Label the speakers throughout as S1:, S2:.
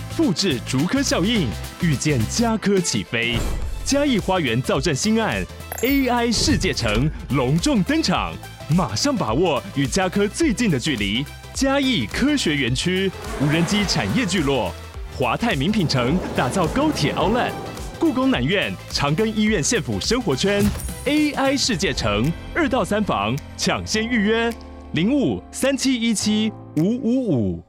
S1: 复制竹科效应，预见家科起飞。嘉义花园造镇新案 AI 世界城隆重登场，马上把握与家科最近的距离。嘉义科学园区、无人机产业聚落、华泰名品城打造高铁 Outlet， 故宫南院、长庚医院县府生活圈 AI 世界城2到3房抢先预约0537175555。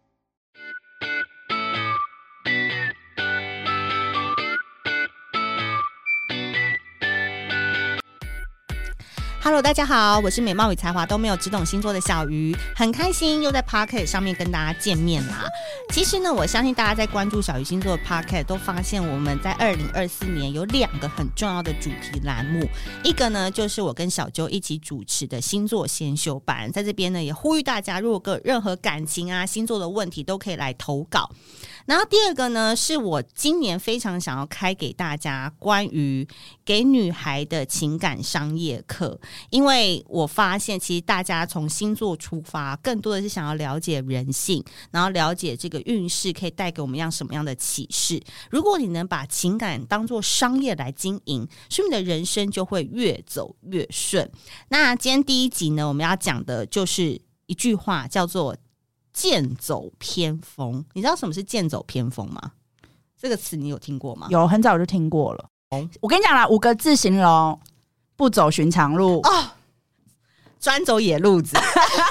S2: Hello， 大家好，我是美貌与才华都没有，只懂星座的小鱼，很开心又在 Podcast 上面跟大家见面啦。其实呢，我相信大家在关注小鱼星座的 Podcast 都发现，我们在2024年有2个很重要的主题栏目，一个呢就是我跟小啾一起主持的星座先修班，在这边呢也呼吁大家，如果有任何感情啊、星座的问题，都可以来投稿。然后第二个呢，是我今年非常想要开给大家关于给女孩的情感商业课，因为我发现其实大家从星座出发，更多的是想要了解人性，然后了解这个运势可以带给我们什么样的启示。如果你能把情感当作商业来经营，说明你的人生就会越走越顺。那今天第一集呢，我们要讲的就是一句话，叫做剑走偏锋。你知道什么是剑走偏锋吗？这个词你有听过吗？
S3: 有，很早就听过了。我跟你讲啦，5个字形容：不走寻常路
S2: 哦，专走野路子。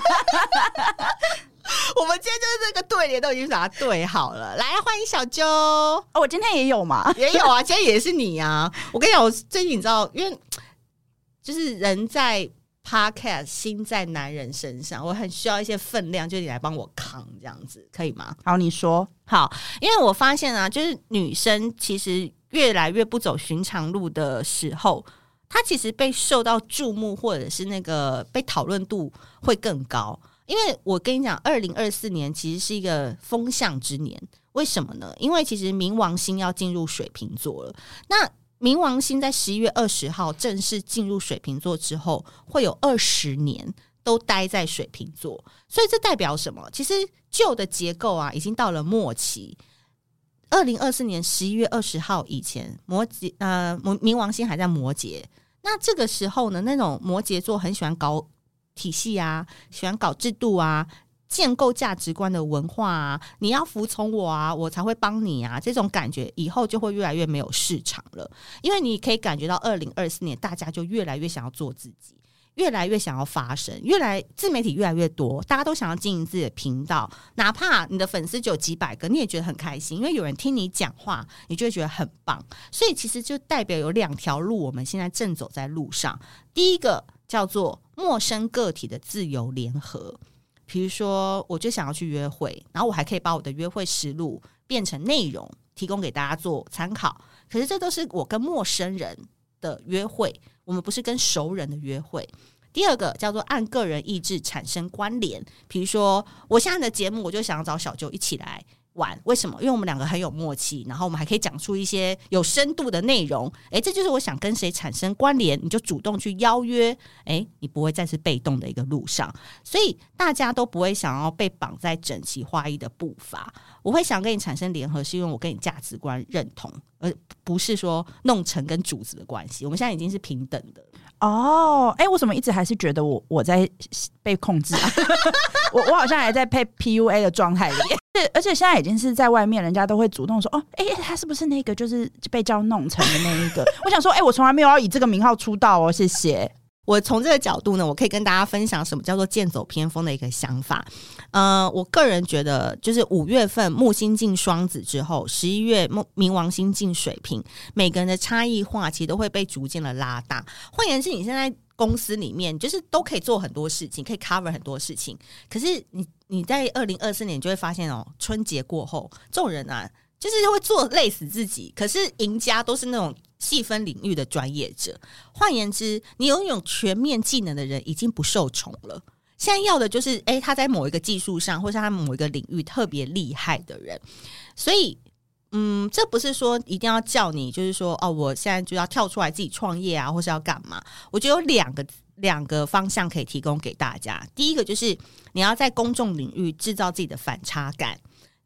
S2: 我们今天就是这个对联都已经把它对好了。来，欢迎小啾。
S3: 哦，我今天也有嘛？
S2: 也有啊，今天也是你啊。我跟你讲，我最近你知道，因为就是人在 Podcast 心在男人身上，我很需要一些分量，就你来帮我扛，这样子可以吗？
S3: 好，你说。
S2: 好，因为我发现啊，就是女生其实越来越不走寻常路的时候，她其实被受到注目，或者是那个被讨论度会更高。因为我跟你讲，2024年其实是一个风向之年。为什么呢？因为其实冥王星要进入水瓶座了。那冥王星在11月20号正式进入水瓶座之后，会有20年都待在水瓶座，所以这代表什么？其实旧的结构啊，已经到了末期。2024年11月20号以前，冥王星还在摩羯。那这个时候呢，那种摩羯座很喜欢搞体系啊，喜欢搞制度啊，建构价值观的文化啊，你要服从我啊，我才会帮你啊，这种感觉以后就会越来越没有市场了。因为你可以感觉到2024年大家就越来越想要做自己，越来越想要发声，自媒体越来越多，大家都想要经营自己的频道，哪怕你的粉丝只有几百个，你也觉得很开心，因为有人听你讲话，你就会觉得很棒。所以其实就代表有2条路，我们现在正走在路上。第一个叫做陌生个体的自由联合，比如说我就想要去约会，然后我还可以把我的约会实录变成内容提供给大家做参考，可是这都是我跟陌生人的约会，我们不是跟熟人的约会。第二个叫做按个人意志产生关联，比如说我现在的节目，我就想要找小啾一起来玩，为什么？因为我们2个很有默契，然后我们还可以讲出一些有深度的内容。这就是我想跟谁产生关联，你就主动去邀约，你不会再是被动的一个路上，所以大家都不会想要被绑在整齐划一的步伐。我会想跟你产生联合，是因为我跟你价值观认同，而不是说弄成跟主子的关系。我们现在已经是平等的。
S3: 哦，我怎么一直还是觉得我在被控制啊？我好像还在被 PUA 的状态里。而且现在已经是在外面，人家都会主动说：“哦，他是不是那个就是被叫弄成的那一个？”我想说，我从来没有要以这个名号出道哦，谢谢。
S2: 我从这个角度呢，我可以跟大家分享什么叫做剑走偏锋的一个想法。我个人觉得，就是5月份木星进双子之后，11月冥王星进水瓶，每个人的差异化其实都会被逐渐的拉大。换言之，你现在公司里面就是都可以做很多事情，可以 cover 很多事情，可是你在2024年就会发现春节过后，这种人啊，就是会做累死自己，可是赢家都是那种细分领域的专业者。换言之，你拥有全面技能的人已经不受宠了，现在要的就是他在某一个技术上，或是他某一个领域特别厉害的人。所以这不是说一定要叫你就是说我现在就要跳出来自己创业啊，或是要干嘛。我觉得有两个方向可以提供给大家。第一个就是你要在公众领域制造自己的反差感，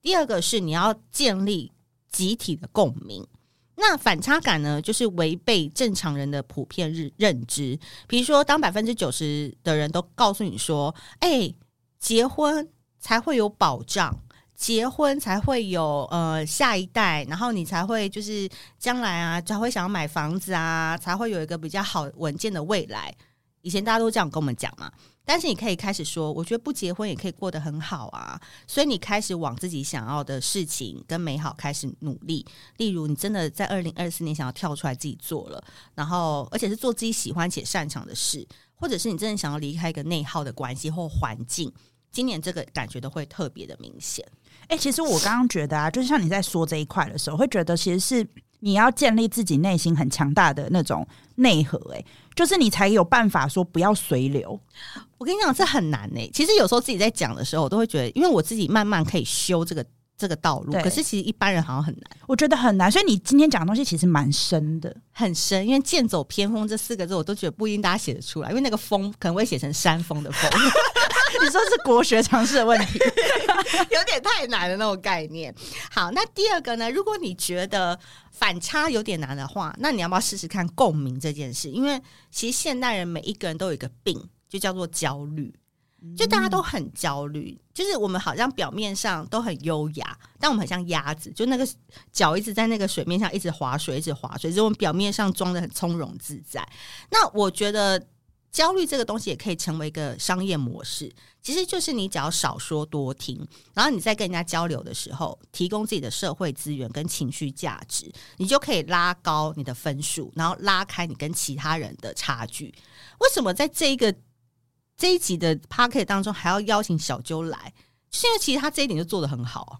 S2: 第二个是你要建立集体的共鸣。那反差感呢，就是违背正常人的普遍认知。比如说，当90%的人都告诉你说：“结婚才会有保障，结婚才会有下一代，然后你才会就是将来啊，才会想要买房子啊，才会有一个比较好稳健的未来。”以前大家都这样跟我们讲嘛。但是你可以开始说，我觉得不结婚也可以过得很好啊，所以你开始往自己想要的事情跟美好开始努力。例如你真的在2024年想要跳出来自己做了，然后而且是做自己喜欢且擅长的事，或者是你真的想要离开一个内耗的关系或环境，今年这个感觉都会特别的明显。
S3: 其实我刚刚觉得啊，就是像你在说这一块的时候，会觉得其实是你要建立自己内心很强大的那种内核，就是你才有办法说不要随流。
S2: 我跟你讲，这很难其实有时候自己在讲的时候，我都会觉得，因为我自己慢慢可以修这个道路，可是其实一般人好像很难。我
S3: 觉得很难，所以你今天讲的东西其实蛮深的，
S2: 很深。因为剑走偏锋这4个字，我都觉得不一定大家写得出来，因为那个风可能会写成山峰的峰。
S3: 你说是国学常识的问题，
S2: 有点太难的那种概念。好，那第二个呢？如果你觉得反差有点难的话，那你要不要试试看共鸣这件事？因为其实现代人每一个人都有一个病，就叫做焦虑。就大家都很焦虑，就是我们好像表面上都很优雅，但我们很像鸭子，就那个脚一直在那个水面上一直划水，一直划水，只是我们表面上装得很从容自在。那我觉得焦虑这个东西也可以成为一个商业模式，其实就是你只要少说多听，然后你在跟人家交流的时候提供自己的社会资源跟情绪价值，你就可以拉高你的分数，然后拉开你跟其他人的差距。为什么在这一集的 Podcast 当中还要邀请小啾来？就是因为其实他这一点就做得很好。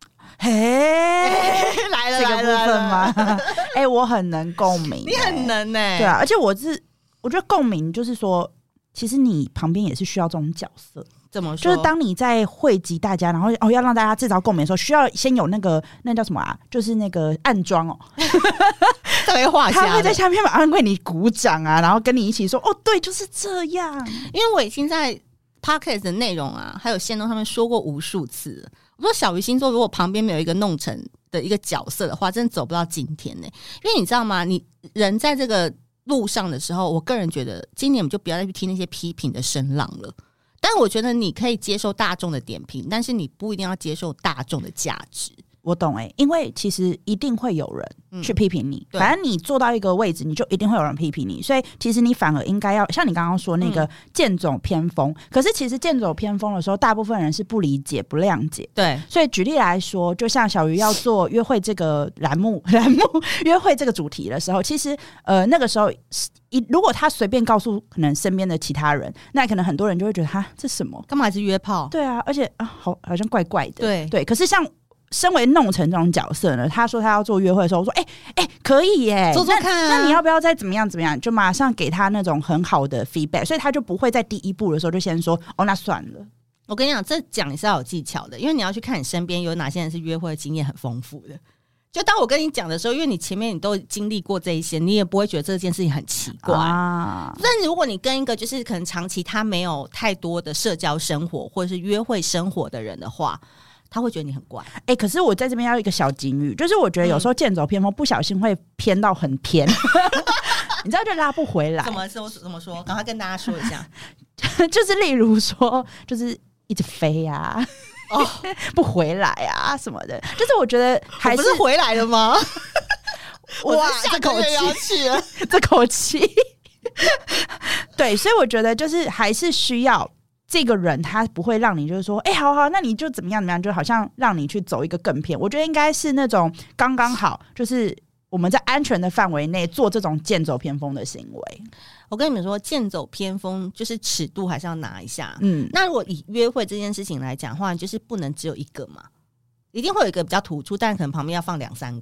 S2: 来了
S3: 这个部分吗？我很能共鸣，
S2: 你很能
S3: 对啊，而且我觉得共鸣就是说，其实你旁边也是需要这种角色。
S2: 怎么说？
S3: 就是当你在汇集大家，然后要让大家制造共鸣的时候，需要先有那叫什么啊？就是那个暗装
S2: 特别画下，
S3: 他会在下面马上为你鼓掌啊，然后跟你一起说对，就是这样。
S2: 因为我已经在 Podcast 的内容啊，还有线动上面说过无数次了。我说小鱼星座如果旁边没有一个弄成的一个角色的话，真的走不到今天因为你知道吗？你人在这个路上的时候，我个人觉得今年我们就不要再去听那些批评的声浪了。但我觉得你可以接受大众的点评，但是你不一定要接受大众的价值。
S3: 我懂因为其实一定会有人去批评你，反正你做到一个位置，你就一定会有人批评你，所以其实你反而应该要像你刚刚说那个剑走偏锋。可是其实剑走偏锋的时候，大部分人是不理解、不谅解。
S2: 对，
S3: 所以举例来说，就像小鱼要做约会这个栏目约会这个主题的时候，其实那个时候如果他随便告诉可能身边的其他人，那可能很多人就会觉得这什么
S2: 干嘛还是约炮？
S3: 对啊，而且好像怪怪的。
S2: 对，
S3: 可是像身为弄成这种角色呢，他说他要做约会的时候，我说可以耶，
S2: 做做看
S3: 那你要不要再怎么样怎么样，就马上给他那种很好的 feedback， 所以他就不会在第一步的时候就先说那算了。
S2: 我跟你讲，这讲也是要有技巧的，因为你要去看你身边有哪些人是约会经验很丰富的。就当我跟你讲的时候，因为你前面你都经历过这一些，你也不会觉得这件事情很奇怪但如果你跟一个就是可能长期他没有太多的社交生活或者是约会生活的人的话，他会觉得你很怪。
S3: 可是我在这边要一个小警语，就是我觉得有时候剑走偏锋不小心会偏到很偏你知道就拉不回来。
S2: 怎么说？赶快跟大家说一下
S3: 就是例如说就是一直飞啊不回来啊什么的，就是我觉得还是
S2: 我不是回来了吗
S3: 哇，
S2: 这口气要去了
S3: 这口气对，所以我觉得就是还是需要这个人，他不会让你就是说好，那你就怎么样，就好像让你去走一个更偏。我觉得应该是那种刚刚好，就是我们在安全的范围内做这种剑走偏锋的行为。
S2: 我跟你们说，剑走偏锋就是尺度还是要拿一下。那如果以约会这件事情来讲的话，就是不能只有一个嘛，一定会有一个比较突出，但可能旁边要放2-3个。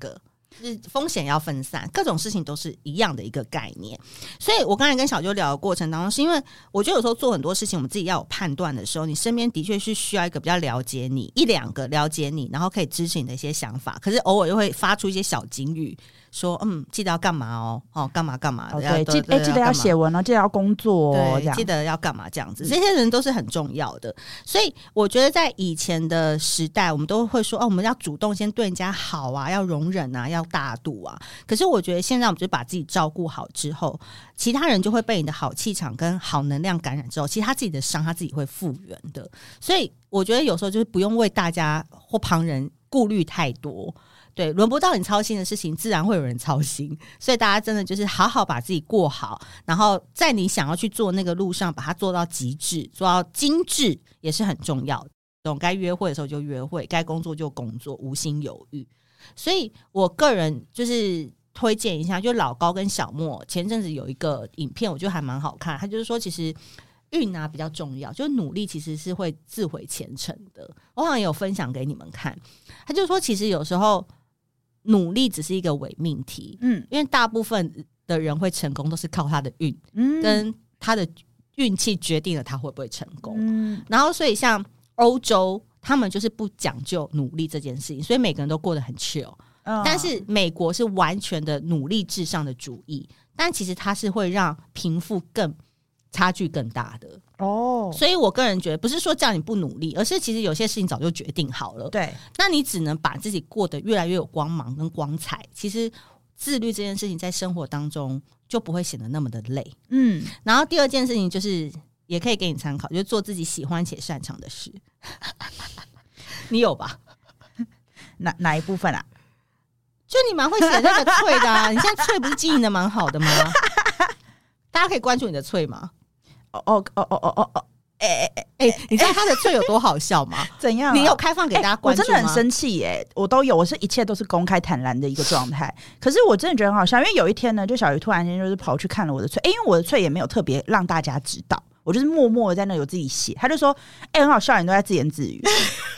S2: 就是风险要分散，各种事情都是一样的一个概念。所以我刚才跟小啾聊的过程当中，是因为我觉得有时候做很多事情我们自己要有判断的时候，你身边的确是需要一个比较了解你，一两个了解你，然后可以支持你的一些想法，可是偶尔又会发出一些小警语说记得要干嘛干嘛干嘛
S3: 对，记得要写文记得要工作
S2: 对，记得要干嘛这样子，这些人都是很重要的。所以我觉得在以前的时代我们都会说我们要主动先对人家好啊，要容忍啊，要大度啊。可是我觉得现在我们就把自己照顾好之后，其他人就会被你的好气场跟好能量感染之后，其实他自己的伤他自己会复原的。所以我觉得有时候就是不用为大家或旁人顾虑太多，对，轮不到你操心的事情自然会有人操心，所以大家真的就是好好把自己过好，然后在你想要去做那个路上把它做到极致，做到精致也是很重要的。懂，该约会的时候就约会，该工作就工作，无心犹豫。所以我个人就是推荐一下，就老高跟小莫前阵子有一个影片我觉得还蛮好看，他就是说其实运啊比较重要，就是努力其实是会自毁前程的。我好像也有分享给你们看，他就说其实有时候努力只是一个伪命题，因为大部分的人会成功都是靠他的运，跟他的运气决定了他会不会成功，然后所以像欧洲他们就是不讲究努力这件事情，所以每个人都过得很 chill，但是美国是完全的努力至上的主义，但其实它是会让贫富差距更大的所以我个人觉得不是说叫你不努力，而是其实有些事情早就决定好了，
S3: 对，
S2: 那你只能把自己过得越来越有光芒跟光彩，其实自律这件事情在生活当中就不会显得那么的累。然后第二件事情就是也可以给你参考，就是做自己喜欢且擅长的事你有吧？
S3: 哪一部分啊？
S2: 就你蛮会写那个脆的啊你现在脆不是经营的蛮好的吗？大家可以关注你的脆吗？你知道他的脆有多好笑吗？
S3: 怎样？
S2: 你有开放给大家关注吗？
S3: 我真的很生气我都有，我是一切都是公开坦然的一个状态。可是我真的觉得很好笑，因为有一天呢，就小鱼突然间就是跑去看了我的脆，因为我的脆也没有特别让大家知道，我就是默默的在那有自己写。他就说：“很好笑，你都在自言自语。”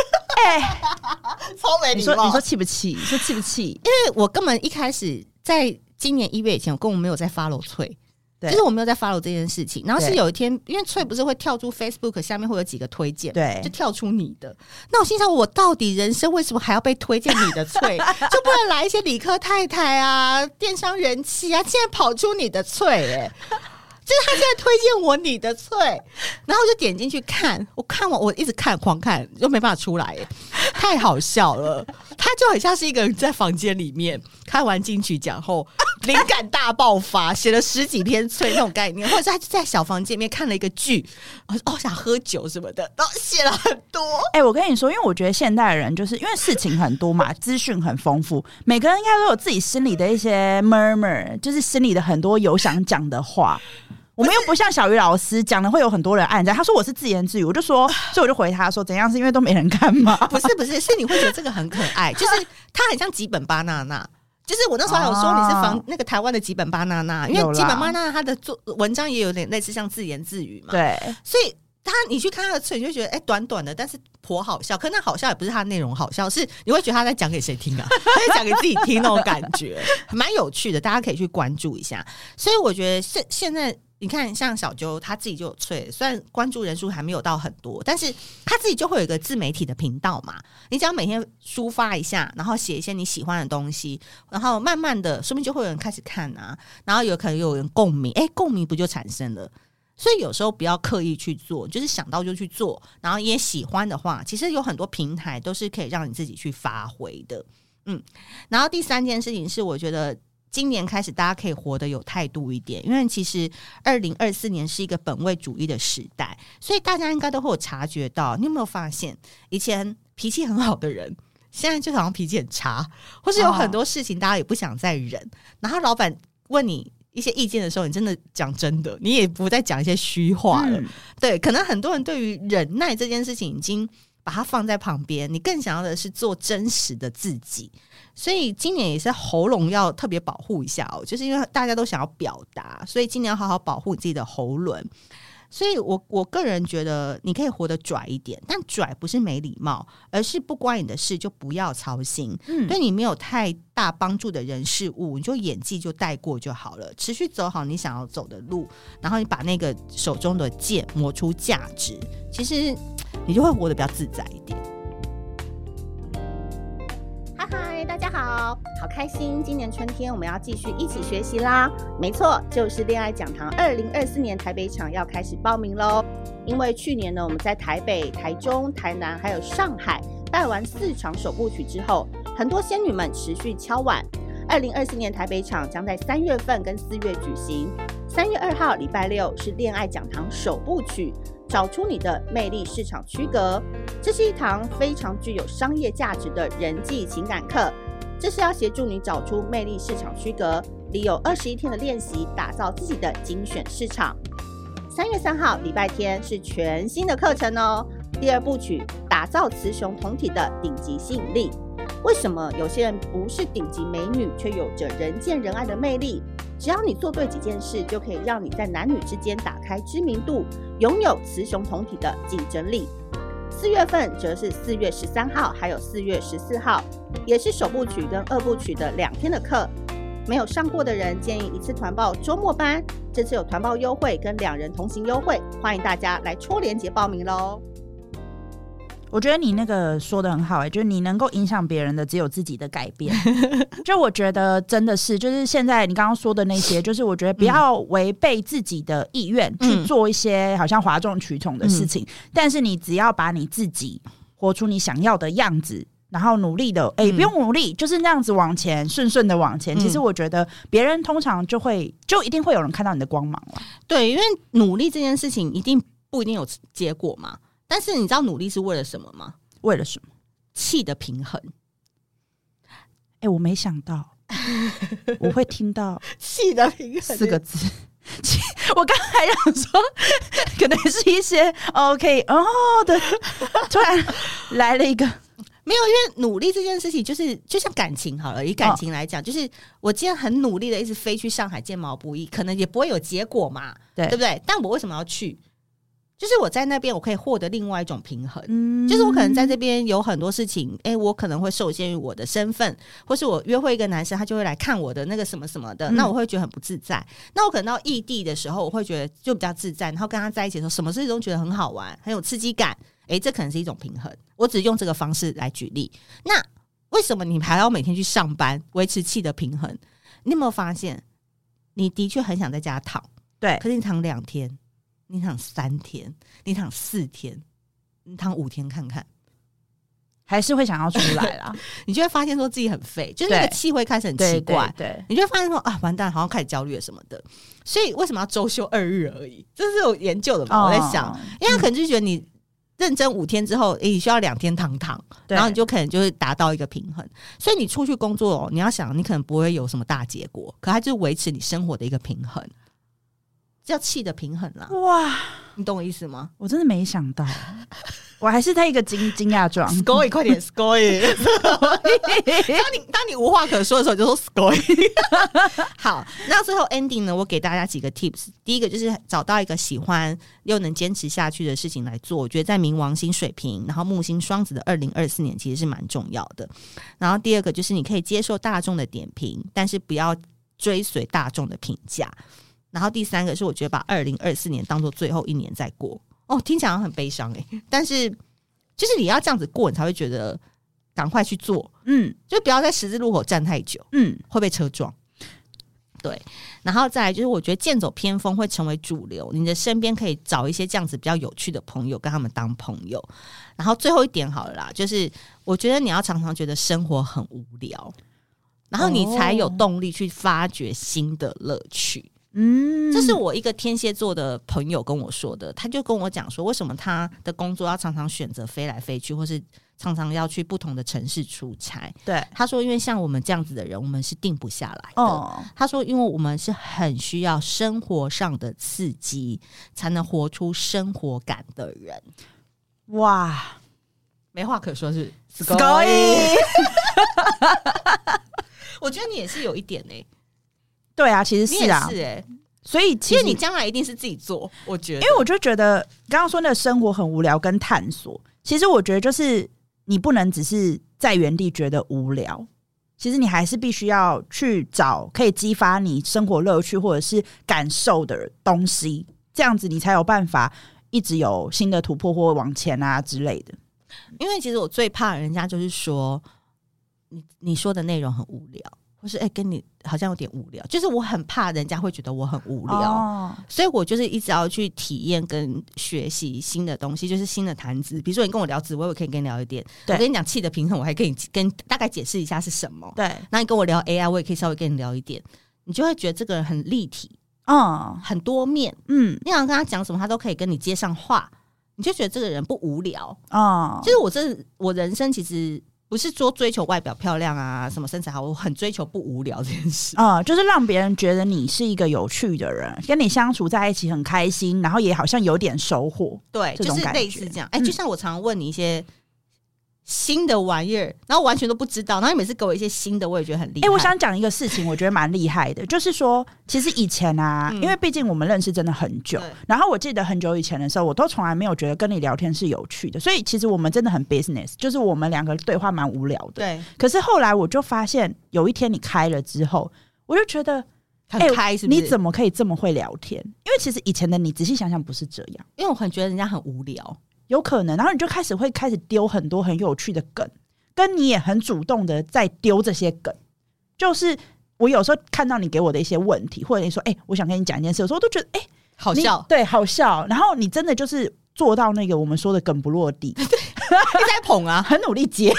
S2: 超没礼貌。
S3: 你说气不气？你说气不气？
S2: 因为我根本一开始在今年1月以前，我根本没有在 follow 脆。就是我没有在 follow 这件事情，然后是有一天，因为脆不是会跳出 Facebook 下面会有几个推荐，
S3: 对，
S2: 就跳出你的。那我心想，我到底人生为什么还要被推荐你的脆？就不能来一些理科太太啊、电商人气啊，现在跑出你的脆就是他现在推荐我你的脆，然后我就点进去看，我看完我一直看狂看，就没办法出来太好笑了。他就很像是一个人在房间里面看完金曲奖后灵感大爆发，写了10几篇脆那种概念，或者是他就在小房间里面看了一个剧，想喝酒什么的，然后写了很多。
S3: 我跟你说，因为我觉得现代人就是因为事情很多嘛，资讯很丰富，每个人应该都有自己心里的一些 murmur， 就是心里的很多有想讲的话。我们又不像小鱼老师讲的会有很多人按赞，他说我是自言自语，我就说，所以我就回他说怎样是因为都没人看吗？
S2: 不是，是你会觉得这个很可爱，就是他很像吉本巴娜娜。就是我那时候还有说你是防那个台湾的吉本巴娜娜，因为吉本巴娜娜他的文章也有点类似像自言自语嘛，
S3: 对，
S2: 所以你去看他的脆，你就觉得短短的，但是颇好笑。可那好笑也不是他的内容好笑，是你会觉得他在讲给谁听啊？他在讲给自己听那种感觉，蛮有趣的，大家可以去关注一下。所以我觉得现在你看，像小啾他自己就有脆，虽然关注人数还没有到很多，但是他自己就会有一个自媒体的频道嘛。你只要每天抒发一下，然后写一些你喜欢的东西，然后慢慢的，说不定就会有人开始看啊，然后有可能有人共鸣，共鸣不就产生了？所以有时候不要刻意去做，就是想到就去做，然后也喜欢的话，其实有很多平台都是可以让你自己去发挥的。然后第三件事情是，我觉得今年开始大家可以活得有态度一点，因为其实2024年是一个本位主义的时代，所以大家应该都会有察觉到。你有没有发现，以前脾气很好的人，现在就好像脾气很差，或是有很多事情大家也不想再忍，然后老板问你一些意见的时候，你真的讲真的，你也不再讲一些虚话了。对，可能很多人对于忍耐这件事情已经把它放在旁边，你更想要的是做真实的自己。所以今年也是喉咙要特别保护一下就是因为大家都想要表达，所以今年要好好保护你自己的喉咙。 所以我个人觉得你可以活得拽一点，但拽不是没礼貌，而是不关你的事就不要操心，对你没有太大帮助的人事物，你就演技就带过就好了，持续走好你想要走的路，然后你把那个手中的剑磨出价值，其实你就会活得比较自在一点。嗨，大家好，好开心！今年春天我们要继续一起学习啦。没错，就是恋爱讲堂2024年台北场要开始报名咯。因为去年呢，我们在台北、台中、台南还有上海办完4场首部曲之后，很多仙女们持续敲碗。2024年台北场将在3月份跟4月举行。3月2号礼拜六是恋爱讲堂首部曲，找出你的魅力市场区隔。这是一堂非常具有商业价值的人际情感课，这是要协助你找出魅力市场区隔，里有21天的练习，打造自己的精选市场。3月3号礼拜天是全新的课程哦，第2部曲打造雌雄同体的顶级吸引力。为什么有些人不是顶级美女，却有着人见人爱的魅力？只要你做对几件事，就可以让你在男女之间打开知名度，拥有雌雄同体的竞争力。4月份则是4月13号还有4月14号，也是首部曲跟2部曲的2天的课。没有上过的人建议一次团报周末班，这次有团报优惠跟2人同行优惠，欢迎大家来戳连结报名咯。
S3: 我觉得你那个说的很好，就是你能够影响别人的只有自己的改变。就我觉得真的是，就是现在你刚刚说的那些，就是我觉得不要违背自己的意愿去做一些好像哗众取宠的事情，但是你只要把你自己活出你想要的样子，然后努力的，不用努力，就是那样子往前，顺顺的往前。其实我觉得别人通常就一定会有人看到你的光芒了。对，
S2: 因为努力这件事情不一定有结果嘛。但是你知道努力是为了什么吗？
S3: 为了什么？
S2: 气的平衡。
S3: 我没想到我会听到
S2: 气的平衡
S3: 4个字。我刚才想说可能是一些 OK 的，突然来了一个
S2: 没有，因为努力这件事情就像感情好了，以感情来讲，就是我今天很努力的一直飞去上海见毛不易，可能也不会有结果嘛，对不对？但我为什么要去？就是我在那边我可以获得另外一种平衡，就是我可能在这边有很多事情，我可能会受限于我的身份，或是我约会一个男生，他就会来看我的那个什么什么的，那我会觉得很不自在。那我可能到异地的时候，我会觉得就比较自在，然后跟他在一起的时候，什么事情都觉得很好玩，很有刺激感。这可能是一种平衡。我只用这个方式来举例。那为什么你还要每天去上班维持气的平衡？你有没有发现，你的确很想在家躺，
S3: 对，
S2: 可是你躺2天。你躺3天，你躺4天，你躺5天看看，
S3: 还是会想要出来啦。
S2: 你就会发现说自己很废，就是那个气会开始很奇怪。对，你就会发现说啊，完蛋，好像开始焦虑了什么的。所以为什么要周休2日而已？这是有研究的嘛？我在想，因为他可能就觉得你认真5天之后，你需要2天躺，然后你就可能就会达到一个平衡。所以你出去工作，你要想，你可能不会有什么大结果，可它就是维持你生活的一个平衡。叫气的平衡啦。
S3: 哇，
S2: 你懂我意思吗？
S3: 我真的没想到，我还是在一个惊讶状。
S2: Scoy， 快点 Scoy！ 当你无话可说的时候，就说 Scoy。好，那最后 ending 呢？我给大家几个 tips。第一个就是找到一个喜欢又能坚持下去的事情来做。我觉得在冥王星水瓶，然后木星双子的2024年其实是蛮重要的。然后第二个就是你可以接受大众的点评，但是不要追随大众的评价。然后第三个是我觉得把2024年当作最后1年再过。听起来很悲伤但是就是你要这样子过，你才会觉得赶快去做，就不要在十字路口站太久，会被车撞。对，然后再来就是我觉得剑走偏锋会成为主流，你的身边可以找一些这样子比较有趣的朋友，跟他们当朋友。然后最后一点好了啦，就是我觉得你要常常觉得生活很无聊，然后你才有动力去发掘新的乐趣。这是我一个天蝎座的朋友跟我说的，他就跟我讲说为什么他的工作要常常选择飞来飞去，或是常常要去不同的城市出差。对，他说因为像我们这样子的人，我们是定不下来的。他说因为我们是很需要生活上的刺激，才能活出生活感的人。哇，没话可说是 Scoy。 我觉得你也是有一点对啊，其实是啊，你也是
S3: 所以其实
S2: 你将来一定是自己做，我觉得，
S3: 因为我就觉得刚刚说那个生活很无聊跟探索，其实我觉得就是你不能只是在原地觉得无聊，其实你还是必须要去找可以激发你生活乐趣或者是感受的东西，这样子你才有办法一直有新的突破或往前啊之类的。
S2: 因为其实我最怕人家就是说你说的内容很无聊，或是跟你好像有点无聊，就是我很怕人家会觉得我很无聊，所以我就是一直要去体验跟学习新的东西，就是新的谈资。比如说你跟我聊紫薇，我可以跟你聊一点；我跟你讲气的平衡，我还可以跟大概解释一下是什么。对，那你跟我聊 AI， 我也可以稍微跟你聊一点，你就会觉得这个人很立体，很多面。你想跟他讲什么，他都可以跟你接上话，你就觉得这个人不无聊。就是我人生其实不是说追求外表漂亮啊，什么身材好，我很追求不无聊这件事。
S3: 就是让别人觉得你是一个有趣的人，跟你相处在一起很开心，然后也好像有点收获。
S2: 对，就是类似这样。就像我常常问你一些新的玩意儿，然后我完全都不知道，然后你每次给我一些新的，我也觉得很厉害。
S3: 我想讲一个事情，我觉得蛮厉害的，就是说，其实以前啊，因为毕竟我们认识真的很久，然后我记得很久以前的时候，我都从来没有觉得跟你聊天是有趣的，所以其实我们真的很 business， 就是我们两个对话蛮无聊的。对。可是后来我就发现，有一天你开了之后，我就觉得
S2: 很开，是不是？
S3: 你怎么可以这么会聊天？因为其实以前的你仔细想想不是这样，
S2: 因为我很觉得人家很无聊。
S3: 有可能，然后你就开始丢很多很有趣的梗，跟你也很主动的在丢这些梗。就是我有时候看到你给我的一些问题，或者你说我想跟你讲一件事，有时候我都觉得
S2: 好笑，
S3: 对，好笑。然后你真的就是做到那个我们说的梗不落地，一直
S2: 在捧啊，
S3: 很努力接。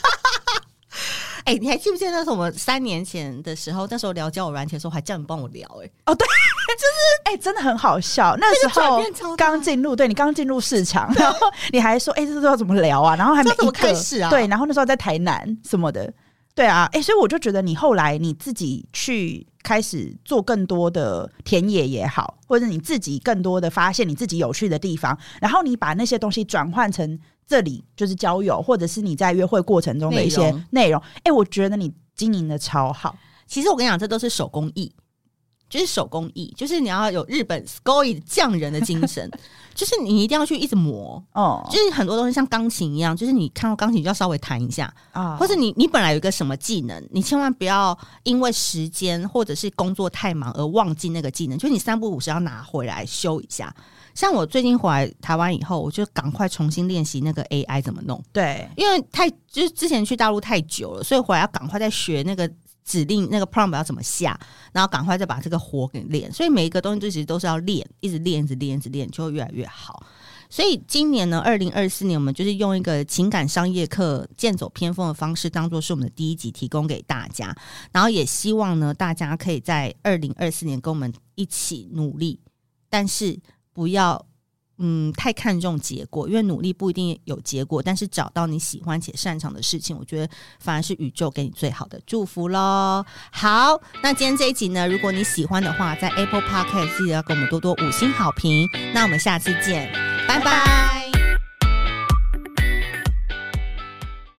S2: 你还记不记得那时候我们3年前的时候，那时候聊交友软体的时候，我还叫你帮我聊对，
S3: 就是真的很好笑。那时候刚进入，对，你刚进入市场，然后你还说这要怎么聊啊？然后还没
S2: 怎么开始啊？
S3: 对，然后那时候在台南什么的，对啊，所以我就觉得你后来你自己去开始做更多的田野也好，或者你自己更多的发现你自己有趣的地方，然后你把那些东西转换成这里就是交友，或者是你在约会过程中的一些内容。我觉得你经营的超好。
S2: 其实我跟你讲，这都是手工艺。就是手工艺，就是你要有日本 SCOI 匠人的精神，就是你一定要去一直磨。就是很多东西像钢琴一样，就是你看到钢琴就要稍微弹一下，或者你本来有一个什么技能，你千万不要因为时间或者是工作太忙而忘记那个技能，就是你3不5时要拿回来修一下。像我最近回来台湾以后，我就赶快重新练习那个 AI 怎么弄。对，因为就是之前去大陆太久了，所以回来要赶快再学那个指令，那个 prompt 要怎么下，然后赶快再把这个活给练。所以每一个东西其实都是要练，一直练，一直练，一直练，就会越来越好。所以今年呢，2024年，我们就是用一个情感商业课剑走偏锋的方式，当作是我们的第1集提供给大家。然后也希望呢，大家可以在2024年跟我们一起努力，但是不要太看重结果，因为努力不一定有结果，但是找到你喜欢且擅长的事情，我觉得反而是宇宙给你最好的祝福咯。好，那今天这一集呢，如果你喜欢的话，在 Apple Podcast 记得要给我们多多5星好评。那我们下次见，拜拜。